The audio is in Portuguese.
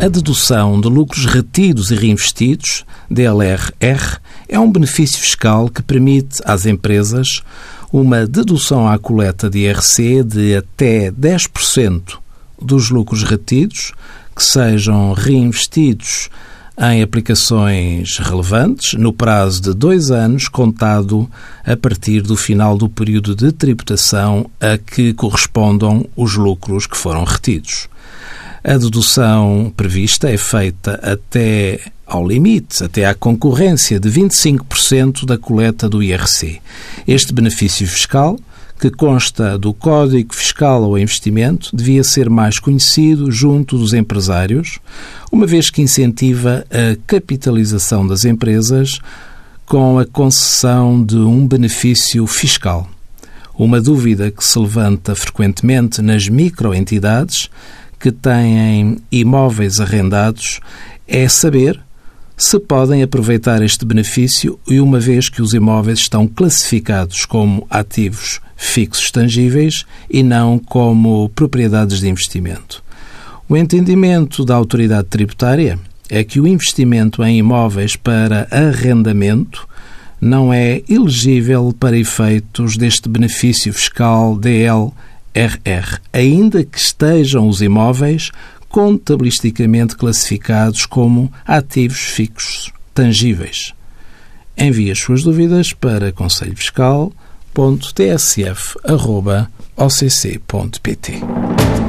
A dedução de lucros retidos e reinvestidos, DLRR, é um benefício fiscal que permite às empresas uma dedução à coleta de IRC de até 10% dos lucros retidos, que sejam reinvestidos em aplicações relevantes no prazo de 2 anos, contado a partir do final do período de tributação a que correspondam os lucros que foram retidos. A dedução prevista é feita até ao limite, até à concorrência de 25% da coleta do IRC. Este benefício fiscal, que consta do Código Fiscal ao Investimento, devia ser mais conhecido junto dos empresários, uma vez que incentiva a capitalização das empresas com a concessão de um benefício fiscal. Uma dúvida que se levanta frequentemente nas microentidades que têm imóveis arrendados é saber se podem aproveitar este benefício e uma vez que os imóveis estão classificados como ativos fixos tangíveis e não como propriedades de investimento. O entendimento da autoridade tributária é que o investimento em imóveis para arrendamento não é elegível para efeitos deste benefício fiscal DLRR, ainda que estejam os imóveis contabilisticamente classificados como ativos fixos tangíveis. Envie as suas dúvidas para conselhofiscal.tsf@occ.pt.